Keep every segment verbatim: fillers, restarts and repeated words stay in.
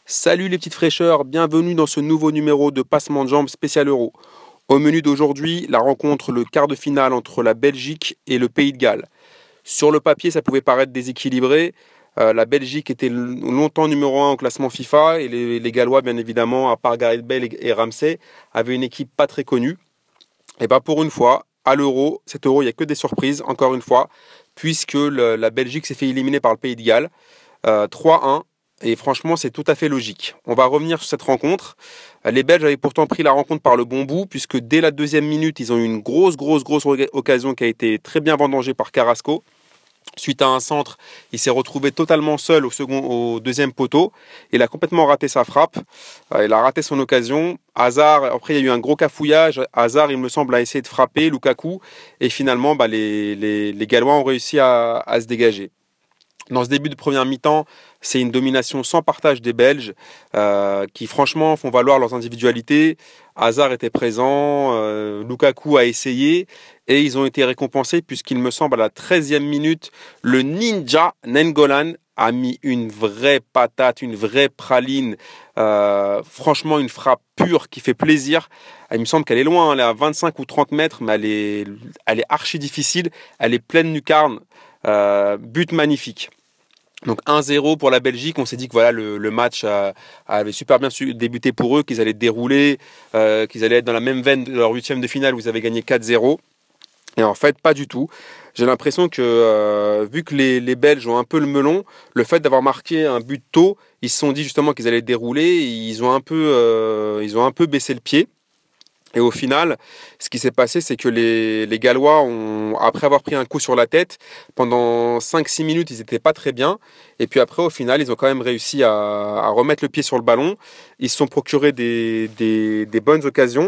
Salut les petites fraîcheurs, bienvenue dans ce nouveau numéro de Passement de Jambes spécial Euro. Au menu d'aujourd'hui, la rencontre, le quart de finale entre la Belgique et le Pays de Galles. Sur le papier, ça pouvait paraître déséquilibré. Euh, la Belgique était longtemps numéro un au classement FIFA et les, les Gallois, bien évidemment, à part Gareth Bale et, et Ramsey, avaient une équipe pas très connue. Et bien pour une fois, à l'Euro, cet Euro, il n'y a que des surprises, encore une fois, puisque le, la Belgique s'est fait éliminer par le Pays de Galles, euh, trois un. Et franchement, c'est tout à fait logique. On va revenir sur cette rencontre. Les Belges avaient pourtant pris la rencontre par le bon bout, puisque dès la deuxième minute, ils ont eu une grosse, grosse, grosse occasion qui a été très bien vendangée par Carrasco. Suite à un centre, il s'est retrouvé totalement seul au, second, au deuxième poteau. Il a complètement raté sa frappe. Il a raté son occasion. Hazard, après il y a eu un gros cafouillage. Hazard, il me semble, a essayé de frapper Lukaku. Et finalement, bah, les, les, les Gallois ont réussi à, à se dégager. Dans ce début de première mi-temps, c'est une domination sans partage des Belges euh, qui franchement font valoir leurs individualités. Hazard était présent, euh, Lukaku a essayé et ils ont été récompensés puisqu'il me semble à la treizième minute, le ninja Nengolan a mis une vraie patate, une vraie praline, euh, franchement une frappe pure qui fait plaisir. Il me semble qu'elle est loin, elle est à vingt-cinq ou trente mètres, mais elle est, elle est archi difficile, elle est pleine lucarne. Euh, but magnifique. Donc un zéro pour la Belgique. On s'est dit que voilà, le, le match a, avait super bien débuté pour eux, qu'ils allaient dérouler, euh, qu'ils allaient être dans la même veine de leur huitième de finale où ils avaient gagné quatre zéro. Et en fait, pas du tout. J'ai l'impression que, euh, vu que les, les Belges ont un peu le melon, le fait d'avoir marqué un but tôt, ils se sont dit justement qu'ils allaient dérouler. Et ils ont un peu, euh, ils ont un peu baissé le pied. Et au final, ce qui s'est passé, c'est que les, les Gallois, ont, après avoir pris un coup sur la tête, pendant cinq six minutes, ils n'étaient pas très bien. Et puis après, au final, ils ont quand même réussi à, à remettre le pied sur le ballon. Ils se sont procurés des, des, des bonnes occasions.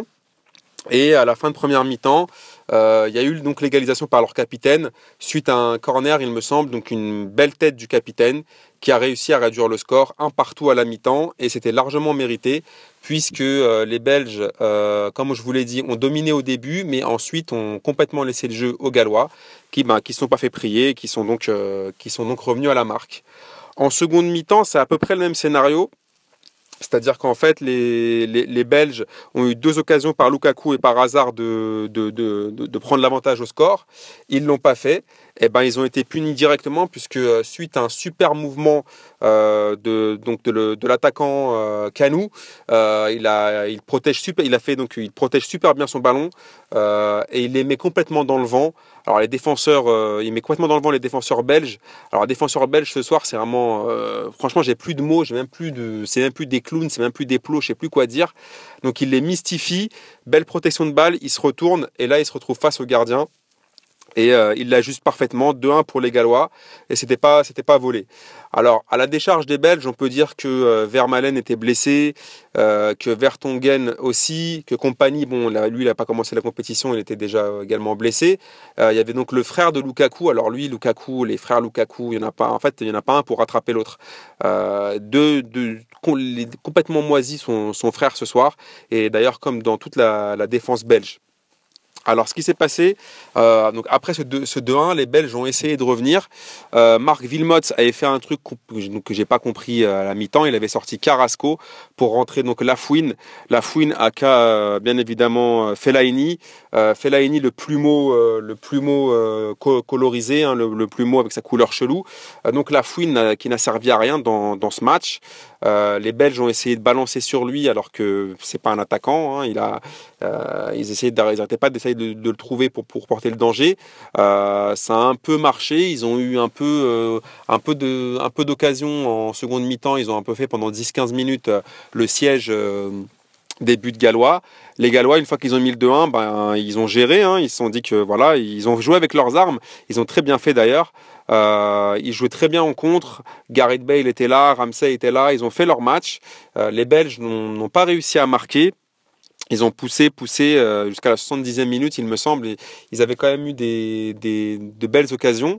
Et à la fin de première mi-temps, euh, il y a eu donc l'égalisation par leur capitaine, suite à un corner, il me semble, donc une belle tête du capitaine qui a réussi à réduire le score, un partout à la mi-temps, et c'était largement mérité, puisque euh, les Belges, euh, comme je vous l'ai dit, ont dominé au début, mais ensuite ont complètement laissé le jeu aux Gallois, qui ne ben, qui sont pas fait prier, qui sont, donc, euh, qui sont donc revenus à la marque. En seconde mi-temps, c'est à peu près le même scénario. C'est-à-dire qu'en fait, les, les, les Belges ont eu deux occasions par Lukaku et par Hazard de, de, de, de, de prendre l'avantage au score. Ils ne l'ont pas fait. Et ben, ils ont été punis directement puisque suite à un super mouvement euh, de, donc de, le, de l'attaquant euh, Kanou, euh, il, a, il, protège super, il, a fait, donc, il protège super bien son ballon euh, et il les met complètement dans le vent. Alors les défenseurs, euh, il met complètement dans le vent les défenseurs belges. Alors les défenseurs belges ce soir, c'est vraiment, euh, franchement, j'ai plus de mots, j'ai même plus de, c'est même plus des clowns, c'est même plus des plots, je sais plus quoi dire. Donc il les mystifie, belle protection de balle, il se retourne et là il se retrouve face au gardien. Et euh, il l'ajuste parfaitement, deux un pour les Gallois, et c'était pas, c'était pas volé. Alors, à la décharge des Belges, on peut dire que euh, Vermaelen était blessé, euh, que Vertonghen aussi, que Kompany, bon, là, lui, il n'a pas commencé la compétition, il était déjà euh, également blessé. Euh, il y avait donc le frère de Lukaku, alors lui, Lukaku, les frères Lukaku, il y en a pas, en fait, il n'y en a pas un pour rattraper l'autre. Euh, deux, deux, les, complètement moisi son, son frère ce soir, et d'ailleurs, comme dans toute la, la défense belge. Alors, ce qui s'est passé, euh, donc après ce deux un, les Belges ont essayé de revenir. Euh, Marc Wilmots avait fait un truc que j'ai pas compris à la mi-temps. Il avait sorti Carrasco pour rentrer donc Lafouine. Lafouine aka euh, bien évidemment Fellaini. Euh, Fellaini le plumeau, euh, le plumeau euh, co colorisé, hein, le, le plumeau avec sa couleur chelou. Euh, donc Lafouine qui n'a servi à rien dans, dans ce match. Euh, les Belges ont essayé de balancer sur lui alors que c'est pas un attaquant. Hein, il a, euh, ils essayaient d'arrêter pas d'essayer de, de le trouver pour, pour porter le danger. Euh, ça a un peu marché. Ils ont eu un peu, euh, un peu de, un peu d'occasion en seconde mi-temps. Ils ont un peu fait pendant dix quinze minutes euh, le siège. Euh, des buts gallois. Les Gallois, une fois qu'ils ont mis le deux un, ben, ils ont géré. Hein, ils se sont dit que voilà, ils ont joué avec leurs armes. Ils ont très bien fait d'ailleurs. Euh, ils jouaient très bien en contre. Gareth Bale était là, Ramsey était là. Ils ont fait leur match. Euh, les Belges n'ont pas réussi à marquer. Ils ont poussé, poussé euh, jusqu'à la soixante-dixième minute, il me semble. Et ils avaient quand même eu des, des, de belles occasions.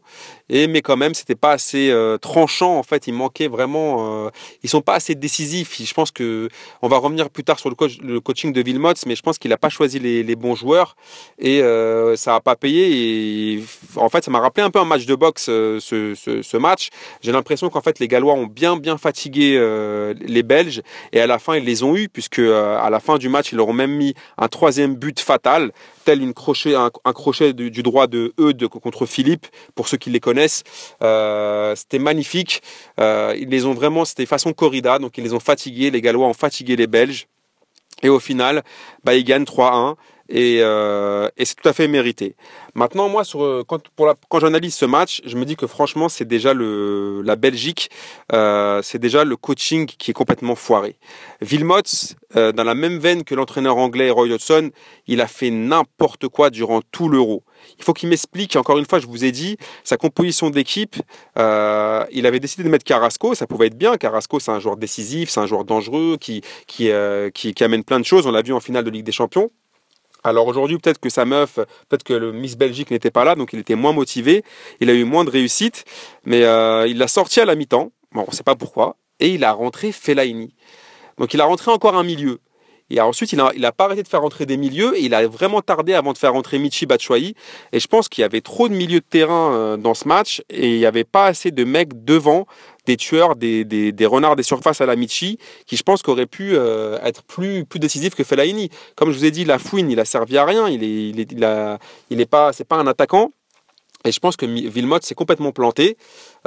Et mais quand même, c'était pas assez euh, tranchant. En fait, il manquait vraiment. Euh, ils sont pas assez décisifs. Je pense que on va revenir plus tard sur le, coach, le coaching de Wilmots, mais je pense qu'il a pas choisi les, les bons joueurs et euh, ça a pas payé. Et en fait, ça m'a rappelé un peu un match de boxe. Euh, ce, ce, ce match, j'ai l'impression qu'en fait les Gallois ont bien bien fatigué euh, les Belges et à la fin ils les ont eu puisque euh, à la fin du match ils leur ont même mis un troisième but fatal, tel une crochet, un, un crochet du, du droit de Eudes contre Philippe, pour ceux qui les connaissent. Euh, c'était magnifique. Euh, ils les ont vraiment, c'était façon corrida, donc ils les ont fatigués. Les Gallois ont fatigué les Belges. Et au final, bah, ils gagnent trois un. Et, euh, et c'est tout à fait mérité. Maintenant, moi, sur, quand, pour la, quand j'analyse ce match, je me dis que franchement, c'est déjà le, la Belgique, euh, c'est déjà le coaching qui est complètement foiré. Wilmots, euh, dans la même veine que l'entraîneur anglais Roy Hodgson, il a fait n'importe quoi durant tout l'Euro. Il faut qu'il m'explique, encore une fois, je vous ai dit, sa composition d'équipe, euh, il avait décidé de mettre Carrasco, ça pouvait être bien. Carrasco, c'est un joueur décisif, c'est un joueur dangereux qui, qui, euh, qui, qui amène plein de choses. On l'a vu en finale de Ligue des Champions. Alors aujourd'hui, peut-être que sa meuf, peut-être que le Miss Belgique n'était pas là, donc il était moins motivé, il a eu moins de réussite, mais euh, il l'a sorti à la mi-temps, bon, on ne sait pas pourquoi, et il a rentré Fellaini. Donc il a rentré encore un milieu. Et ensuite, il n'a il a pas arrêté de faire rentrer des milieux, et il a vraiment tardé avant de faire rentrer Michy Batshuayi. Et je pense qu'il y avait trop de milieux de terrain euh, dans ce match, et il n'y avait pas assez de mecs devant, des tueurs, des, des, des renards des surfaces à la Michy, qui je pense qu'auraient pu euh, être plus, plus décisifs que Fellaini. Comme je vous ai dit, Lafouine, il a servi à rien, il est, il est, il a, il est pas, c'est pas un attaquant. Et je pense que Wilmots s'est complètement planté.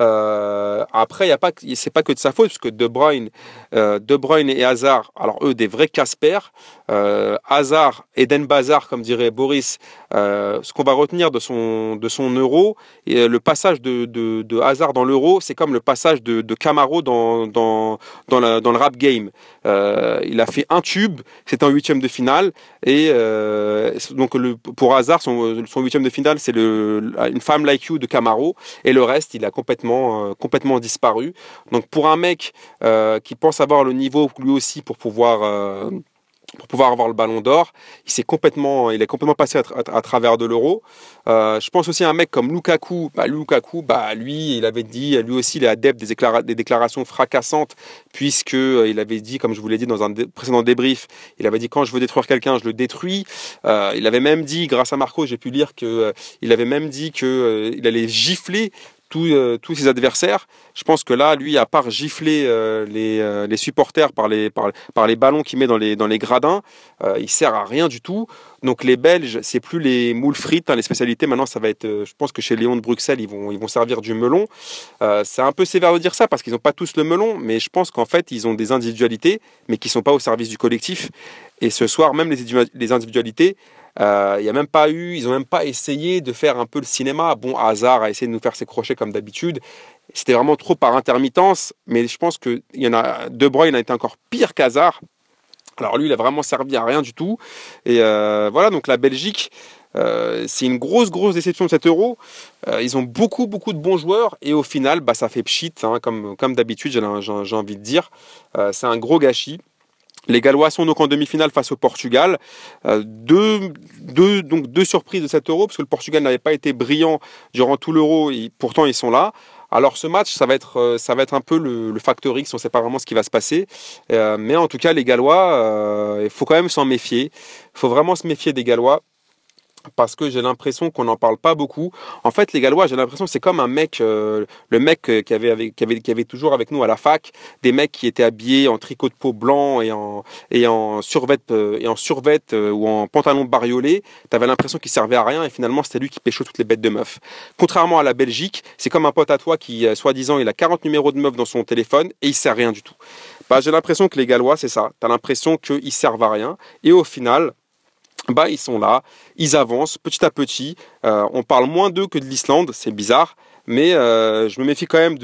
Euh, après, y a pas, c'est pas que de sa faute, parce que De Bruyne, euh, De Bruyne et Hazard, alors eux, des vrais casse-pères. Euh, Hazard, Eden Bazar, comme dirait Boris, euh, ce qu'on va retenir de son, de son euro, et le passage de, de, de Hazard dans l'euro, c'est comme le passage de, de Camaro dans, dans, dans, la, dans le rap game. Euh, il a fait un tube, c'était en huitième de finale, et euh, donc le, pour Hazard, son, son huitième de finale, c'est le, une Femme Like You de Camaro, et le reste, il a complètement, euh, complètement disparu. Donc pour un mec euh, qui pense avoir le niveau lui aussi pour pouvoir... Euh, pour pouvoir avoir le ballon d'or, il s'est complètement, il est complètement passé à, tra- à travers de l'euro. Euh, je pense aussi à un mec comme Lukaku. Bah, Lukaku, bah, lui, il avait dit, lui aussi, il est adepte des, éclara- des déclarations fracassantes, puisque euh, il avait dit, comme je vous l'ai dit dans un dé- précédent débrief, il avait dit quand je veux détruire quelqu'un, je le détruis. Euh, il avait même dit, grâce à Marco, j'ai pu lire que, euh, il avait même dit que euh, il allait gifler tous, euh, tous ses adversaires. Je pense que là, lui, à part gifler euh, les, euh, les supporters par les, par, par les ballons qu'il met dans les, dans les gradins, euh, il sert à rien du tout. Donc les Belges, c'est plus les moules frites, hein, les spécialités. Maintenant, ça va être, euh, je pense que chez Léon de Bruxelles, ils vont, ils vont servir du melon. Euh, c'est un peu sévère de dire ça parce qu'ils n'ont pas tous le melon, mais je pense qu'en fait, ils ont des individualités, mais qui ne sont pas au service du collectif. Et ce soir, même les, les individualités, Euh, il y a même pas eu, ils n'ont même pas essayé de faire un peu le cinéma. Bon, Hazard a essayé de nous faire ses crochets comme d'habitude. C'était vraiment trop par intermittence, mais je pense que il y en a, De Bruyne a été encore pire qu'Hazard. Alors lui, il a vraiment servi à rien du tout. Et euh, voilà, donc la Belgique, euh, c'est une grosse, grosse déception de cet Euro. Euh, ils ont beaucoup, beaucoup de bons joueurs et au final, bah, ça fait pchit, hein, comme, comme d'habitude, j'ai, j'ai, j'ai envie de dire. Euh, c'est un gros gâchis. Les Gallois sont donc en demi-finale face au Portugal. Euh, deux, deux, donc deux surprises de cet Euro, parce que le Portugal n'avait pas été brillant durant tout l'Euro, et pourtant ils sont là. Alors ce match, ça va être, ça va être un peu le, le facteur X, on ne sait pas vraiment ce qui va se passer. Euh, mais en tout cas, les Gallois, euh, il faut quand même s'en méfier. Il faut vraiment se méfier des Gallois. Parce que j'ai l'impression qu'on n'en parle pas beaucoup. En fait, les Gallois, j'ai l'impression que c'est comme un mec, euh, le mec qui avait, avec, qui, avait, qui avait toujours avec nous à la fac, des mecs qui étaient habillés en tricot de peau blanc et en, et en survêt, euh, et en survêt euh, ou en pantalon bariolé. Tu avais l'impression qu'il servait à rien et finalement c'était lui qui pécho toutes les bêtes de meufs. Contrairement à la Belgique, c'est comme un pote à toi qui, euh, soi-disant, il a quarante numéros de meufs dans son téléphone et il sert à rien du tout. Bah, j'ai l'impression que les Gallois, c'est ça. Tu as l'impression qu'ils servent à rien et au final, bah, ils sont là, ils avancent petit à petit. Euh, on parle moins d'eux que de l'Islande, c'est bizarre, mais euh, je me méfie quand même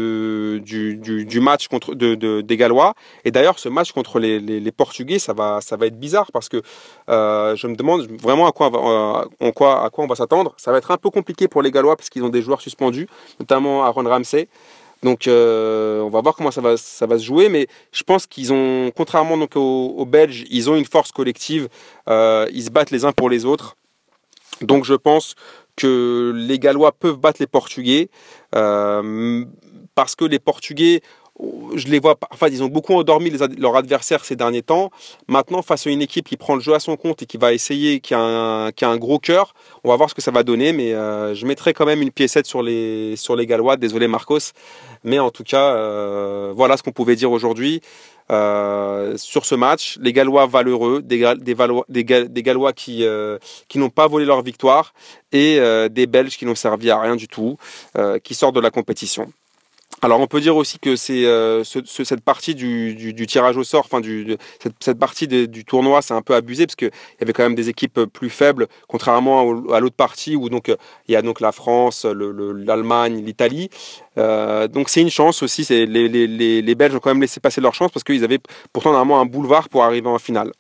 de, du, du, du match contre, de, de, des Gallois. Et d'ailleurs, ce match contre les, les, les Portugais, ça va, ça va être bizarre parce que euh, je me demande vraiment à quoi, euh, quoi, à quoi on va s'attendre. Ça va être un peu compliqué pour les Gallois parce qu'ils ont des joueurs suspendus, notamment Aaron Ramsey. Donc euh, on va voir comment ça va, ça va se jouer, mais je pense qu'ils ont, contrairement donc aux, aux Belges, ils ont une force collective, euh, ils se battent les uns pour les autres. Donc je pense que les Gallois peuvent battre les Portugais, euh, parce que les Portugais, je les vois, enfin, ils ont beaucoup endormi les, leurs adversaires ces derniers temps. Maintenant, face à une équipe qui prend le jeu à son compte et qui va essayer, qui a un, qui a un gros cœur, on va voir ce que ça va donner. Mais euh, je mettrai quand même une piécette sur les, sur les Gallois. Désolé Marcos, mais en tout cas, euh, voilà ce qu'on pouvait dire aujourd'hui. Euh, sur ce match, les Gallois valeureux, des, des, Valois, des, des Gallois qui, euh, qui n'ont pas volé leur victoire et euh, des Belges qui n'ont servi à rien du tout, euh, qui sortent de la compétition. Alors on peut dire aussi que c'est euh, ce, ce, cette partie du, du, du tirage au sort, enfin du, de, cette, cette partie de, du tournoi, c'est un peu abusé parce qu'il y avait quand même des équipes plus faibles, contrairement au, à l'autre partie où donc il y a donc la France, l'Allemagne, l'Italie. Euh, donc c'est une chance aussi. Les, les, les, les Belges ont quand même laissé passer leur chance parce qu'ils avaient pourtant normalement un boulevard pour arriver en finale.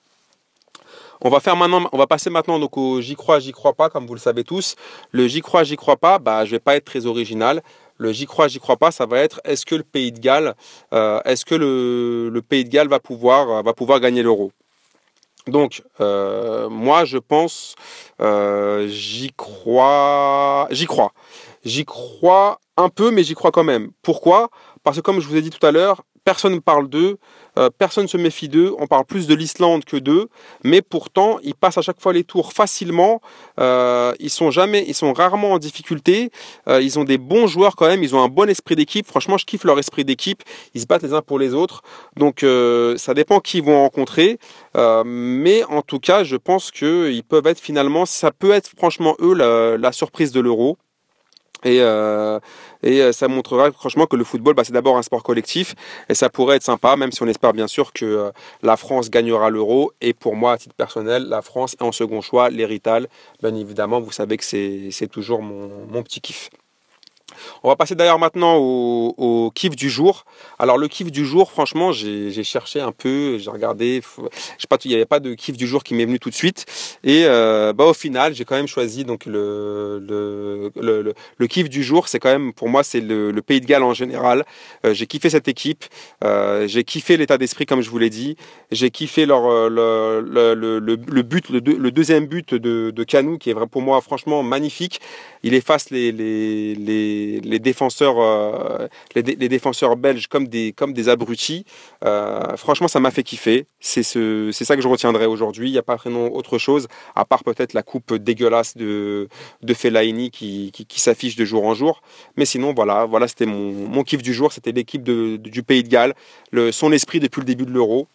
On va faire maintenant, on va passer maintenant donc au j'y crois, j'y crois pas, comme vous le savez tous. Le j'y crois, j'y crois pas, bah je vais pas être très original. Le j'y crois, j'y crois pas, ça va être est-ce que le Pays de Galles, euh, est-ce que le, le Pays de Galles va pouvoir, va pouvoir gagner l'Euro. Donc euh, moi je pense, euh, j'y crois, j'y crois, j'y crois un peu, mais j'y crois quand même. Pourquoi? Parce que comme je vous ai dit tout à l'heure, personne ne parle d'eux, euh, personne ne se méfie d'eux, on parle plus de l'Islande que d'eux, mais pourtant ils passent à chaque fois les tours facilement, euh, ils sont jamais, ils sont rarement en difficulté, euh, ils ont des bons joueurs quand même, ils ont un bon esprit d'équipe, franchement je kiffe leur esprit d'équipe, ils se battent les uns pour les autres, donc euh, ça dépend qui ils vont rencontrer, euh, mais en tout cas je pense qu'ils peuvent être finalement, ça peut être franchement eux la, la surprise de l'Euro. Et, euh, et ça montrera franchement que le football, bah, c'est d'abord un sport collectif et ça pourrait être sympa, même si on espère bien sûr que euh, la France gagnera l'Euro. Et pour moi, à titre personnel, la France est en second choix, l'héritage. Bien évidemment, vous savez que c'est toujours mon, mon petit kiff. On va passer d'ailleurs maintenant au, au kiff du jour. Alors le kiff du jour, franchement, j'ai cherché un peu, j'ai regardé, je sais pas, il n'y avait pas de kiff du jour qui m'est venu tout de suite. Et euh, bah, au final, j'ai quand même choisi donc le, le, le, le, le kiff du jour. C'est quand même, pour moi, c'est le, le Pays de Galles en général. Euh, j'ai kiffé cette équipe, euh, j'ai kiffé l'état d'esprit comme je vous l'ai dit. J'ai kiffé leur, le, le, le, le but, le, le deuxième but de, de Kanou, qui est pour moi franchement magnifique. Il efface les, les, les, les, défenseurs, euh, les, les défenseurs belges comme des, comme des abrutis. Euh, franchement, ça m'a fait kiffer. C'est ce, c'est ça que je retiendrai aujourd'hui. Il n'y a pas vraiment autre chose, à part peut-être la coupe dégueulasse de, de Fellaini qui, qui, qui s'affiche de jour en jour. Mais sinon, voilà, voilà c'était mon, mon kiff du jour. C'était l'équipe du Pays de Galles, le, son esprit depuis le début de l'Euro.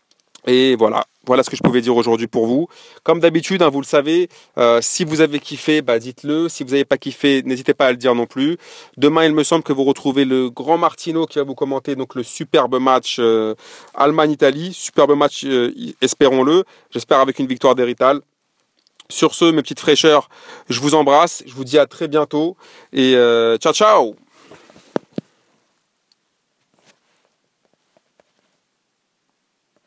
Et voilà, voilà ce que je pouvais dire aujourd'hui pour vous. Comme d'habitude, hein, vous le savez, euh, si vous avez kiffé, bah, dites-le. Si vous n'avez pas kiffé, n'hésitez pas à le dire non plus. Demain, il me semble que vous retrouvez le grand Martino qui va vous commenter donc le superbe match euh, Allemagne-Italie. Superbe match, euh, espérons-le. J'espère avec une victoire d'Hérital. Sur ce, mes petites fraîcheurs, je vous embrasse. Je vous dis à très bientôt. Et euh, ciao, ciao!